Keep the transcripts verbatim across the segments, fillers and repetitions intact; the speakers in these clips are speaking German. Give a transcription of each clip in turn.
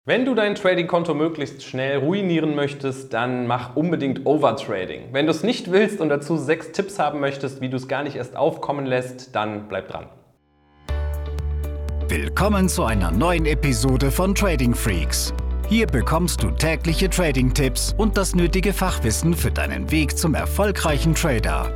Wenn du dein Trading-Konto möglichst schnell ruinieren möchtest, dann mach unbedingt Overtrading. Wenn du es nicht willst und dazu sechs Tipps haben möchtest, wie du es gar nicht erst aufkommen lässt, dann bleib dran. Willkommen zu einer neuen Episode von Trading Freaks. Hier bekommst du tägliche Trading-Tipps und das nötige Fachwissen für deinen Weg zum erfolgreichen Trader.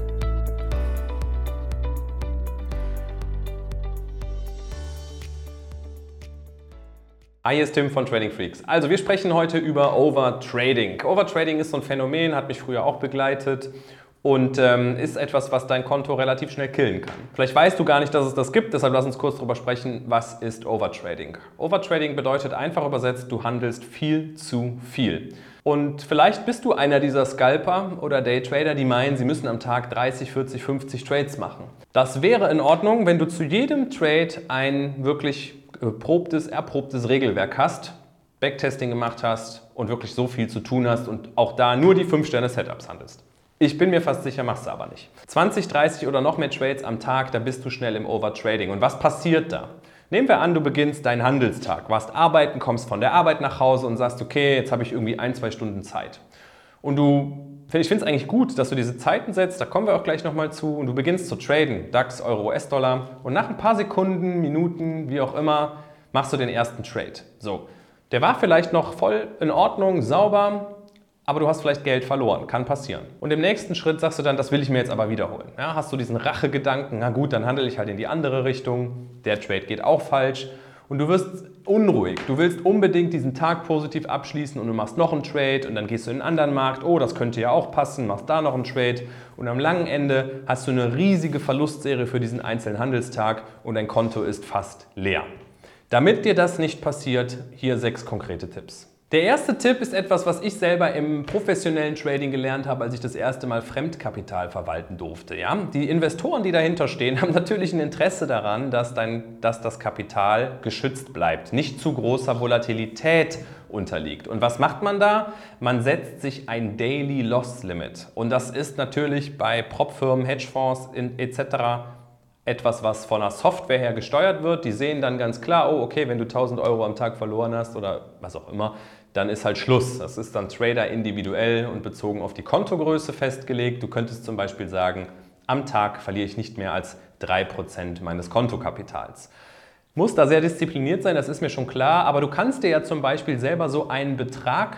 Hi, hier ist Tim von Trading Freaks. Also wir sprechen heute über Overtrading. Overtrading ist so ein Phänomen, hat mich früher auch begleitet und ähm, ist etwas, was dein Konto relativ schnell killen kann. Vielleicht weißt du gar nicht, dass es das gibt, deshalb lass uns kurz darüber sprechen, was ist Overtrading. Overtrading bedeutet einfach übersetzt, du handelst viel zu viel. Und vielleicht bist du einer dieser Scalper oder Daytrader, die meinen, sie müssen am Tag dreißig, vierzig, fünfzig Trades machen. Das wäre in Ordnung, wenn du zu jedem Trade ein wirklich erprobtes, erprobtes Regelwerk hast, Backtesting gemacht hast und wirklich so viel zu tun hast und auch da nur die fünf Sterne Setups handelst. Ich bin mir fast sicher, machst du aber nicht. zwanzig, dreißig oder noch mehr Trades am Tag, da bist du schnell im Overtrading. Und was passiert da? Nehmen wir an, du beginnst deinen Handelstag, warst arbeiten, kommst von der Arbeit nach Hause und sagst, okay, jetzt habe ich irgendwie ein, zwei Stunden Zeit. Und du, ich finde es eigentlich gut, dass du diese Zeiten setzt, da kommen wir auch gleich nochmal zu, und du beginnst zu traden, DAX, Euro, U S-Dollar, und nach ein paar Sekunden, Minuten, wie auch immer, machst du den ersten Trade. So, der war vielleicht noch voll in Ordnung, sauber, aber du hast vielleicht Geld verloren, kann passieren. Und im nächsten Schritt sagst du dann, das will ich mir jetzt aber wiederholen. Ja, hast du diesen Rachegedanken, na gut, dann handle ich halt in die andere Richtung, der Trade geht auch falsch. Und du wirst unruhig, du willst unbedingt diesen Tag positiv abschließen und du machst noch einen Trade und dann gehst du in einen anderen Markt, oh, das könnte ja auch passen, machst da noch einen Trade und am langen Ende hast du eine riesige Verlustserie für diesen einzelnen Handelstag und dein Konto ist fast leer. Damit dir das nicht passiert, hier sechs konkrete Tipps. Der erste Tipp ist etwas, was ich selber im professionellen Trading gelernt habe, als ich das erste Mal Fremdkapital verwalten durfte. Ja? Die Investoren, die dahinter stehen, haben natürlich ein Interesse daran, dass, dein, dass das Kapital geschützt bleibt, nicht zu großer Volatilität unterliegt. Und was macht man da? Man setzt sich ein Daily Loss Limit. Und das ist natürlich bei Propfirmen, Hedgefonds et cetera etwas, was von einer Software her gesteuert wird. Die sehen dann ganz klar, oh okay, wenn du tausend Euro am Tag verloren hast oder was auch immer, dann ist halt Schluss. Das ist dann Trader individuell und bezogen auf die Kontogröße festgelegt. Du könntest zum Beispiel sagen, am Tag verliere ich nicht mehr als drei Prozent meines Kontokapitals. Muss da sehr diszipliniert sein, das ist mir schon klar, aber du kannst dir ja zum Beispiel selber so einen Betrag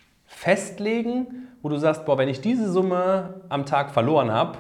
festlegen, wo du sagst, boah, wenn ich diese Summe am Tag verloren habe,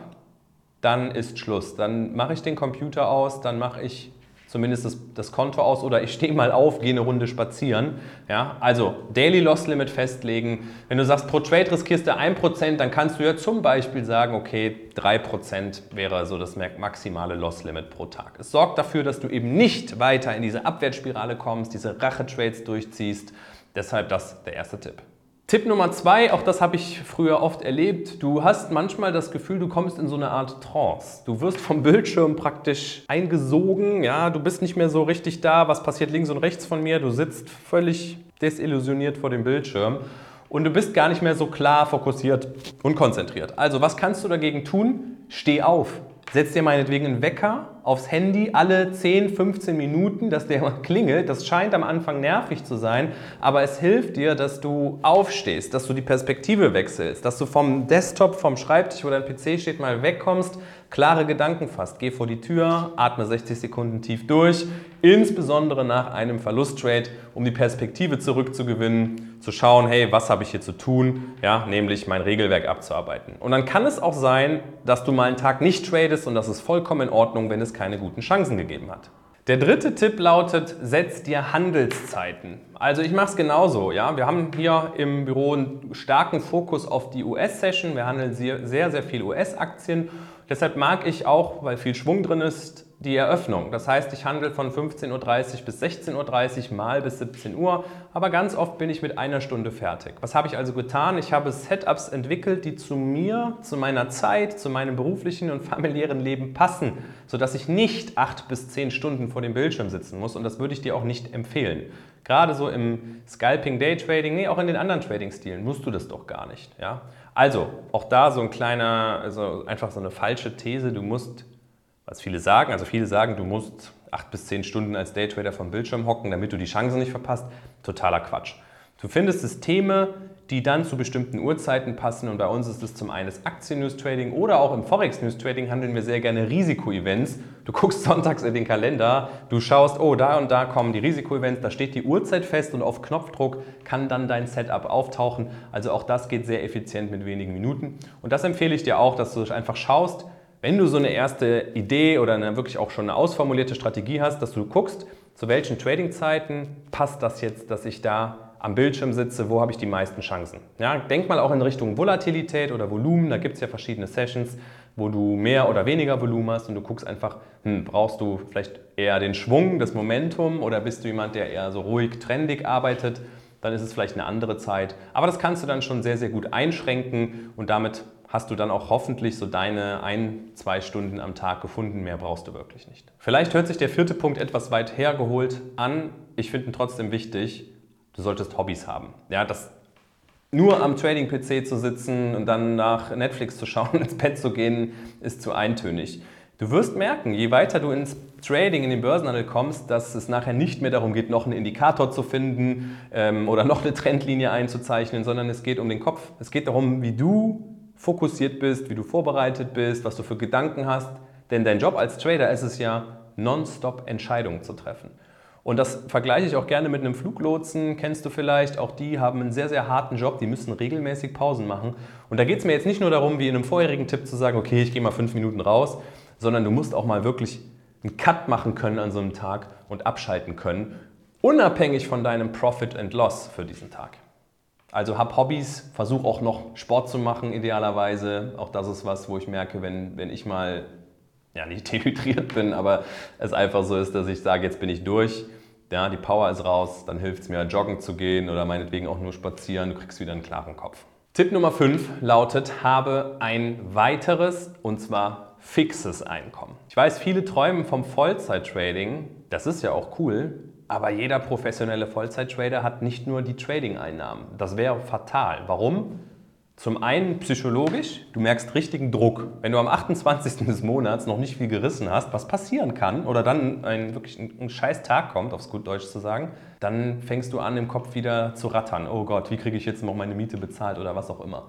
dann ist Schluss. Dann mache ich den Computer aus, dann mache ich zumindest das, das Konto aus oder ich stehe mal auf, gehe eine Runde spazieren. Ja, also Daily Loss Limit festlegen. Wenn du sagst, pro Trade riskierst du ein Prozent, dann kannst du ja zum Beispiel sagen, okay, drei Prozent wäre so das maximale Loss Limit pro Tag. Es sorgt dafür, dass du eben nicht weiter in diese Abwärtsspirale kommst, diese Rache-Trades durchziehst. Deshalb das der erste Tipp. Tipp Nummer zwei, auch das habe ich früher oft erlebt, du hast manchmal das Gefühl, du kommst in so eine Art Trance. Du wirst vom Bildschirm praktisch eingesogen, ja, du bist nicht mehr so richtig da, was passiert links und rechts von mir, du sitzt völlig desillusioniert vor dem Bildschirm und du bist gar nicht mehr so klar, fokussiert und konzentriert. Also was kannst du dagegen tun? Steh auf. Setz dir meinetwegen einen Wecker aufs Handy alle zehn, fünfzehn Minuten, dass der klingelt. Das scheint am Anfang nervig zu sein, aber es hilft dir, dass du aufstehst, dass du die Perspektive wechselst, dass du vom Desktop, vom Schreibtisch, wo dein P C steht, mal wegkommst, klare Gedanken fasst. Geh vor die Tür, atme sechzig Sekunden tief durch, insbesondere nach einem Verlusttrade, um die Perspektive zurückzugewinnen, zu schauen, hey, was habe ich hier zu tun? Ja, nämlich mein Regelwerk abzuarbeiten. Und dann kann es auch sein, dass du mal einen Tag nicht tradest und das ist vollkommen in Ordnung, wenn es keine guten Chancen gegeben hat. Der dritte Tipp lautet, setz dir Handelszeiten. Also ich mache es genauso. Ja? Wir haben hier im Büro einen starken Fokus auf die U S-Session. Wir handeln sehr, sehr, sehr viel U S-Aktien. Deshalb mag ich auch, weil viel Schwung drin ist, die Eröffnung. Das heißt, ich handle von fünfzehn Uhr dreißig bis sechzehn Uhr dreißig, mal bis siebzehn Uhr, aber ganz oft bin ich mit einer Stunde fertig. Was habe ich also getan? Ich habe Setups entwickelt, die zu mir, zu meiner Zeit, zu meinem beruflichen und familiären Leben passen, sodass ich nicht acht bis zehn Stunden vor dem Bildschirm sitzen muss und das würde ich dir auch nicht empfehlen. Gerade so im Scalping, Daytrading, nee, auch in den anderen Trading-Stilen musst du das doch gar nicht. Ja? Also, auch da so ein kleiner, also einfach so eine falsche These, du musst, was viele sagen, also viele sagen, du musst acht bis zehn Stunden als Daytrader vom Bildschirm hocken, damit du die Chancen nicht verpasst. Totaler Quatsch. Du findest Systeme, die dann zu bestimmten Uhrzeiten passen, und bei uns ist es zum einen das Aktien-News-Trading oder auch im Forex-News-Trading handeln wir sehr gerne Risiko-Events. Du guckst sonntags in den Kalender, du schaust, oh, da und da kommen die Risiko-Events, da steht die Uhrzeit fest und auf Knopfdruck kann dann dein Setup auftauchen. Also auch das geht sehr effizient mit wenigen Minuten. Und das empfehle ich dir auch, dass du einfach schaust, wenn du so eine erste Idee oder eine, wirklich auch schon eine ausformulierte Strategie hast, dass du guckst, zu welchen Trading-Zeiten passt das jetzt, dass ich da am Bildschirm sitze, wo habe ich die meisten Chancen. Ja, denk mal auch in Richtung Volatilität oder Volumen, da gibt es ja verschiedene Sessions, wo du mehr oder weniger Volumen hast und du guckst einfach, hm, brauchst du vielleicht eher den Schwung, das Momentum oder bist du jemand, der eher so ruhig, trendig arbeitet, dann ist es vielleicht eine andere Zeit. Aber das kannst du dann schon sehr, sehr gut einschränken und damit hast du dann auch hoffentlich so deine ein, zwei Stunden am Tag gefunden. Mehr brauchst du wirklich nicht. Vielleicht hört sich der vierte Punkt etwas weit hergeholt an. Ich finde ihn trotzdem wichtig. Du solltest Hobbys haben. Ja, das nur am Trading-P C zu sitzen und dann nach Netflix zu schauen, ins Bett zu gehen, ist zu eintönig. Du wirst merken, je weiter du ins Trading, in den Börsenhandel kommst, dass es nachher nicht mehr darum geht, noch einen Indikator zu finden ähm, oder noch eine Trendlinie einzuzeichnen, sondern es geht um den Kopf. Es geht darum, wie du fokussiert bist, wie du vorbereitet bist, was du für Gedanken hast. Denn dein Job als Trader ist es ja, nonstop Entscheidungen zu treffen. Und das vergleiche ich auch gerne mit einem Fluglotsen, kennst du vielleicht, auch die haben einen sehr, sehr harten Job, die müssen regelmäßig Pausen machen. Und da geht es mir jetzt nicht nur darum, wie in einem vorherigen Tipp zu sagen, okay, ich gehe mal fünf Minuten raus, sondern du musst auch mal wirklich einen Cut machen können an so einem Tag und abschalten können, unabhängig von deinem Profit and Loss für diesen Tag. Also hab Hobbys, versuch auch noch Sport zu machen idealerweise. Auch das ist was, wo ich merke, wenn, wenn ich mal ja, nicht dehydriert bin, aber es einfach so ist, dass ich sage, jetzt bin ich durch. Ja, die Power ist raus, dann hilft es mir, joggen zu gehen oder meinetwegen auch nur spazieren, du kriegst wieder einen klaren Kopf. Tipp Nummer fünf lautet, habe ein weiteres und zwar fixes Einkommen. Ich weiß, viele träumen vom Vollzeit-Trading, das ist ja auch cool, aber jeder professionelle Vollzeit-Trader hat nicht nur die Trading-Einnahmen. Das wäre fatal. Warum? Zum einen psychologisch, du merkst richtigen Druck. Wenn du am achtundzwanzigsten des Monats noch nicht viel gerissen hast, was passieren kann, oder dann ein wirklich ein, ein scheiß Tag kommt, aufs gut Deutsch zu sagen, dann fängst du an, im Kopf wieder zu rattern. Oh Gott, wie kriege ich jetzt noch meine Miete bezahlt oder was auch immer.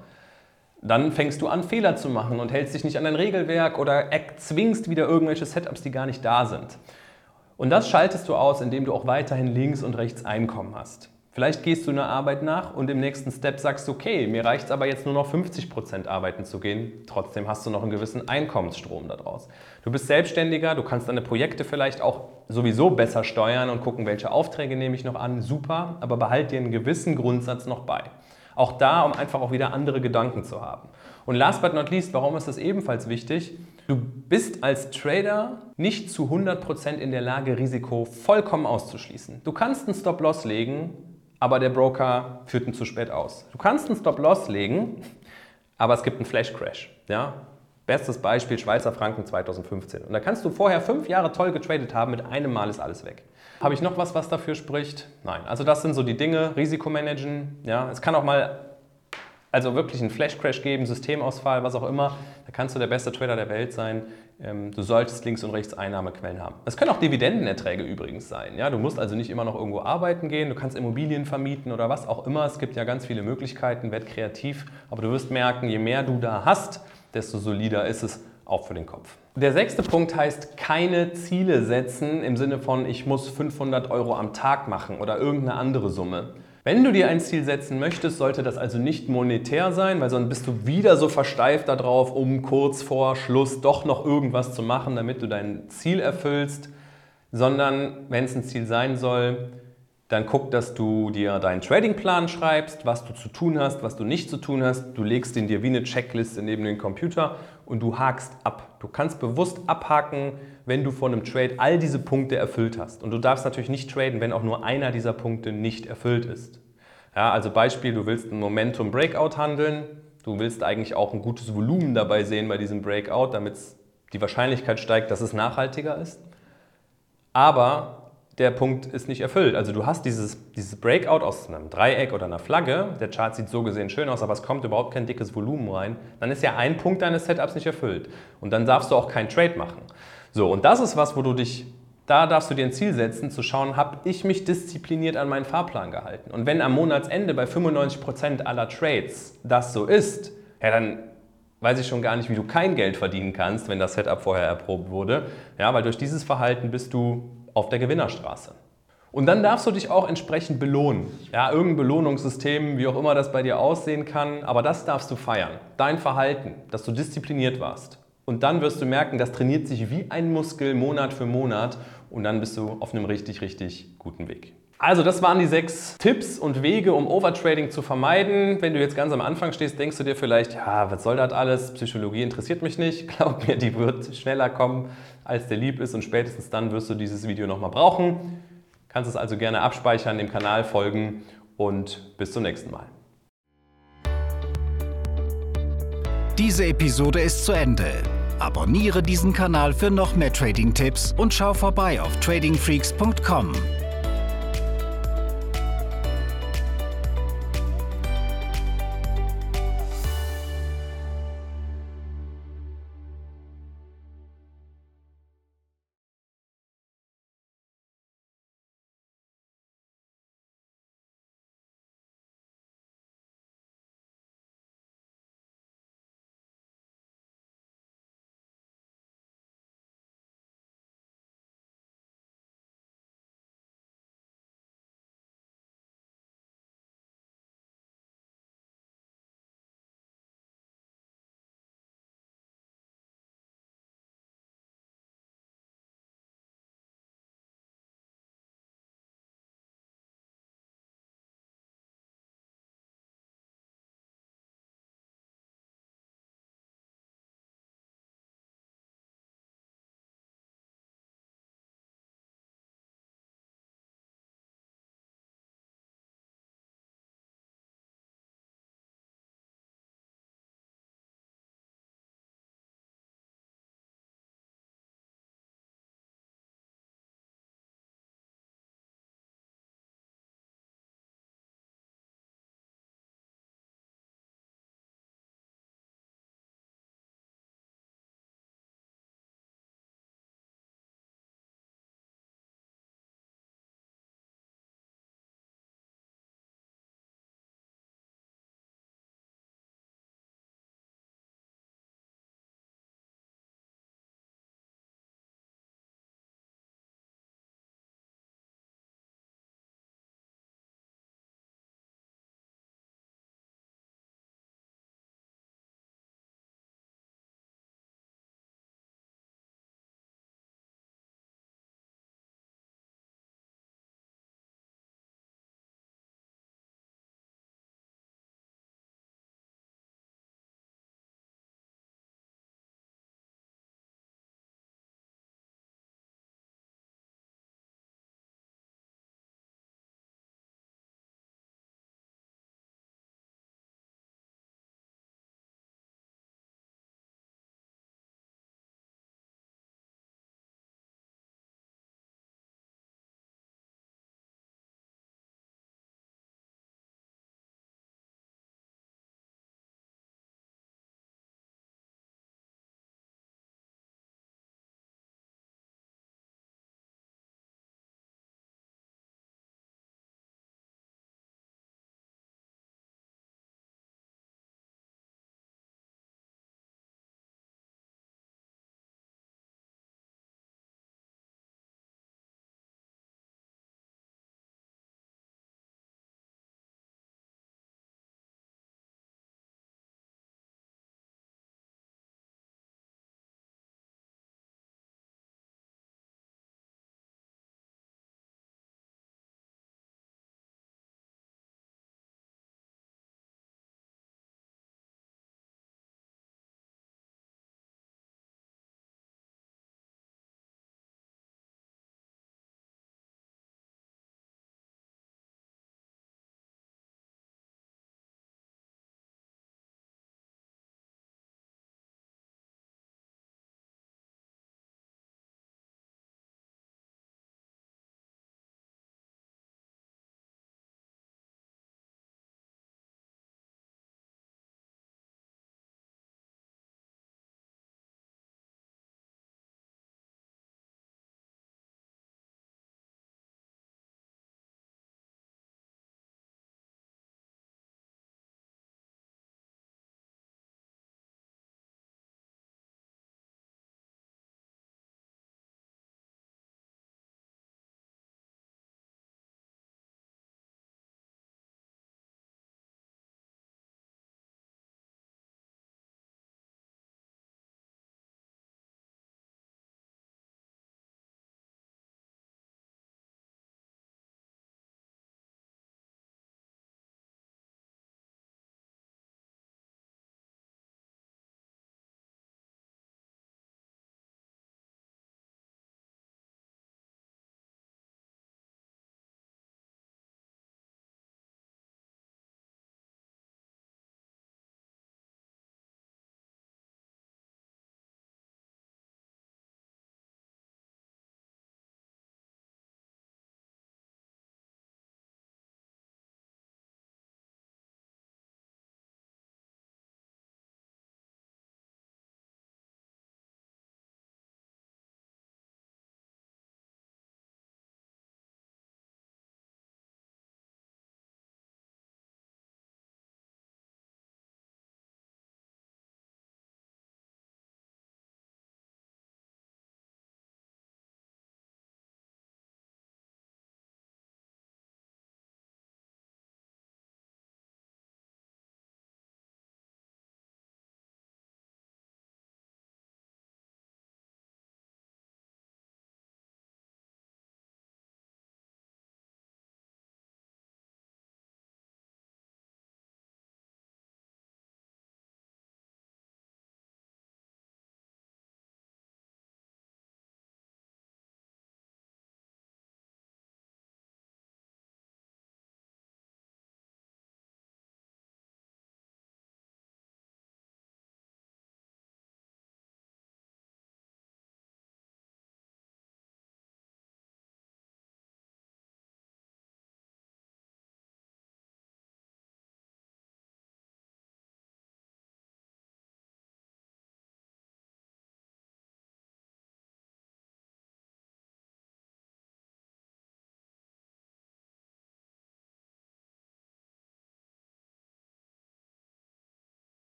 Dann fängst du an, Fehler zu machen und hältst dich nicht an dein Regelwerk oder erzwingst wieder irgendwelche Setups, die gar nicht da sind. Und das schaltest du aus, indem du auch weiterhin links und rechts Einkommen hast. Vielleicht gehst du einer Arbeit nach und im nächsten Step sagst du, okay, mir reicht es aber jetzt nur noch fünfzig Prozent arbeiten zu gehen. Trotzdem hast du noch einen gewissen Einkommensstrom daraus. Du bist Selbstständiger, du kannst deine Projekte vielleicht auch sowieso besser steuern und gucken, welche Aufträge nehme ich noch an. Super, aber behalt dir einen gewissen Grundsatz noch bei. Auch da, um einfach auch wieder andere Gedanken zu haben. Und last but not least, warum ist das ebenfalls wichtig? Du bist als Trader nicht zu hundert Prozent in der Lage, Risiko vollkommen auszuschließen. Du kannst einen Stop-Loss legen, aber der Broker führt ihn zu spät aus. Du kannst einen Stop-Loss legen, aber es gibt einen Flash-Crash. Ja? Bestes Beispiel Schweizer Franken zweitausendfünfzehn. Und da kannst du vorher fünf Jahre toll getradet haben, mit einem Mal ist alles weg. Habe ich noch was, was dafür spricht? Nein. Also das sind so die Dinge, Risikomanagen. Ja? Es kann auch mal also wirklich einen Flash-Crash geben, Systemausfall, was auch immer. Da kannst du der beste Trader der Welt sein. Du solltest links und rechts Einnahmequellen haben. Es können auch Dividendenerträge übrigens sein. Ja? Du musst also nicht immer noch irgendwo arbeiten gehen, du kannst Immobilien vermieten oder was auch immer. Es gibt ja ganz viele Möglichkeiten, werd kreativ. Aber du wirst merken, je mehr du da hast, desto solider ist es auch für den Kopf. Der sechste Punkt heißt, keine Ziele setzen im Sinne von, ich muss fünfhundert Euro am Tag machen oder irgendeine andere Summe. Wenn du dir ein Ziel setzen möchtest, sollte das also nicht monetär sein, weil sonst bist du wieder so versteift darauf, um kurz vor Schluss doch noch irgendwas zu machen, damit du dein Ziel erfüllst, sondern wenn es ein Ziel sein soll, dann guck, dass du dir deinen Tradingplan schreibst, was du zu tun hast, was du nicht zu tun hast. Du legst ihn dir wie eine Checkliste neben den Computer und du hakst ab. Du kannst bewusst abhaken, wenn du von einem Trade all diese Punkte erfüllt hast. Und du darfst natürlich nicht traden, wenn auch nur einer dieser Punkte nicht erfüllt ist. Ja, also Beispiel, du willst ein Momentum Breakout handeln. Du willst eigentlich auch ein gutes Volumen dabei sehen bei diesem Breakout, damit die Wahrscheinlichkeit steigt, dass es nachhaltiger ist. Aber der Punkt ist nicht erfüllt. Also du hast dieses, dieses Breakout aus einem Dreieck oder einer Flagge, der Chart sieht so gesehen schön aus, aber es kommt überhaupt kein dickes Volumen rein, dann ist ja ein Punkt deines Setups nicht erfüllt. Und dann darfst du auch keinen Trade machen. So, und das ist was, wo du dich Da darfst du dir ein Ziel setzen, zu schauen, habe ich mich diszipliniert an meinen Fahrplan gehalten? Und wenn am Monatsende bei fünfundneunzig Prozent aller Trades das so ist, ja, dann weiß ich schon gar nicht, wie du kein Geld verdienen kannst, wenn das Setup vorher erprobt wurde. Ja, weil durch dieses Verhalten bist du auf der Gewinnerstraße. Und dann darfst du dich auch entsprechend belohnen. Ja, irgendein Belohnungssystem, wie auch immer das bei dir aussehen kann, aber das darfst du feiern. Dein Verhalten, dass du diszipliniert warst. Und dann wirst du merken, das trainiert sich wie ein Muskel Monat für Monat und dann bist du auf einem richtig, richtig guten Weg. Also das waren die sechs Tipps und Wege, um Overtrading zu vermeiden. Wenn du jetzt ganz am Anfang stehst, denkst du dir vielleicht, ja, was soll das alles? Psychologie interessiert mich nicht. Glaub mir, die wird schneller kommen, als dir lieb ist und spätestens dann wirst du dieses Video nochmal brauchen. Kannst es also gerne abspeichern, dem Kanal folgen und bis zum nächsten Mal. Diese Episode ist zu Ende. Abonniere diesen Kanal für noch mehr Trading-Tipps und schau vorbei auf trading freaks punkt com.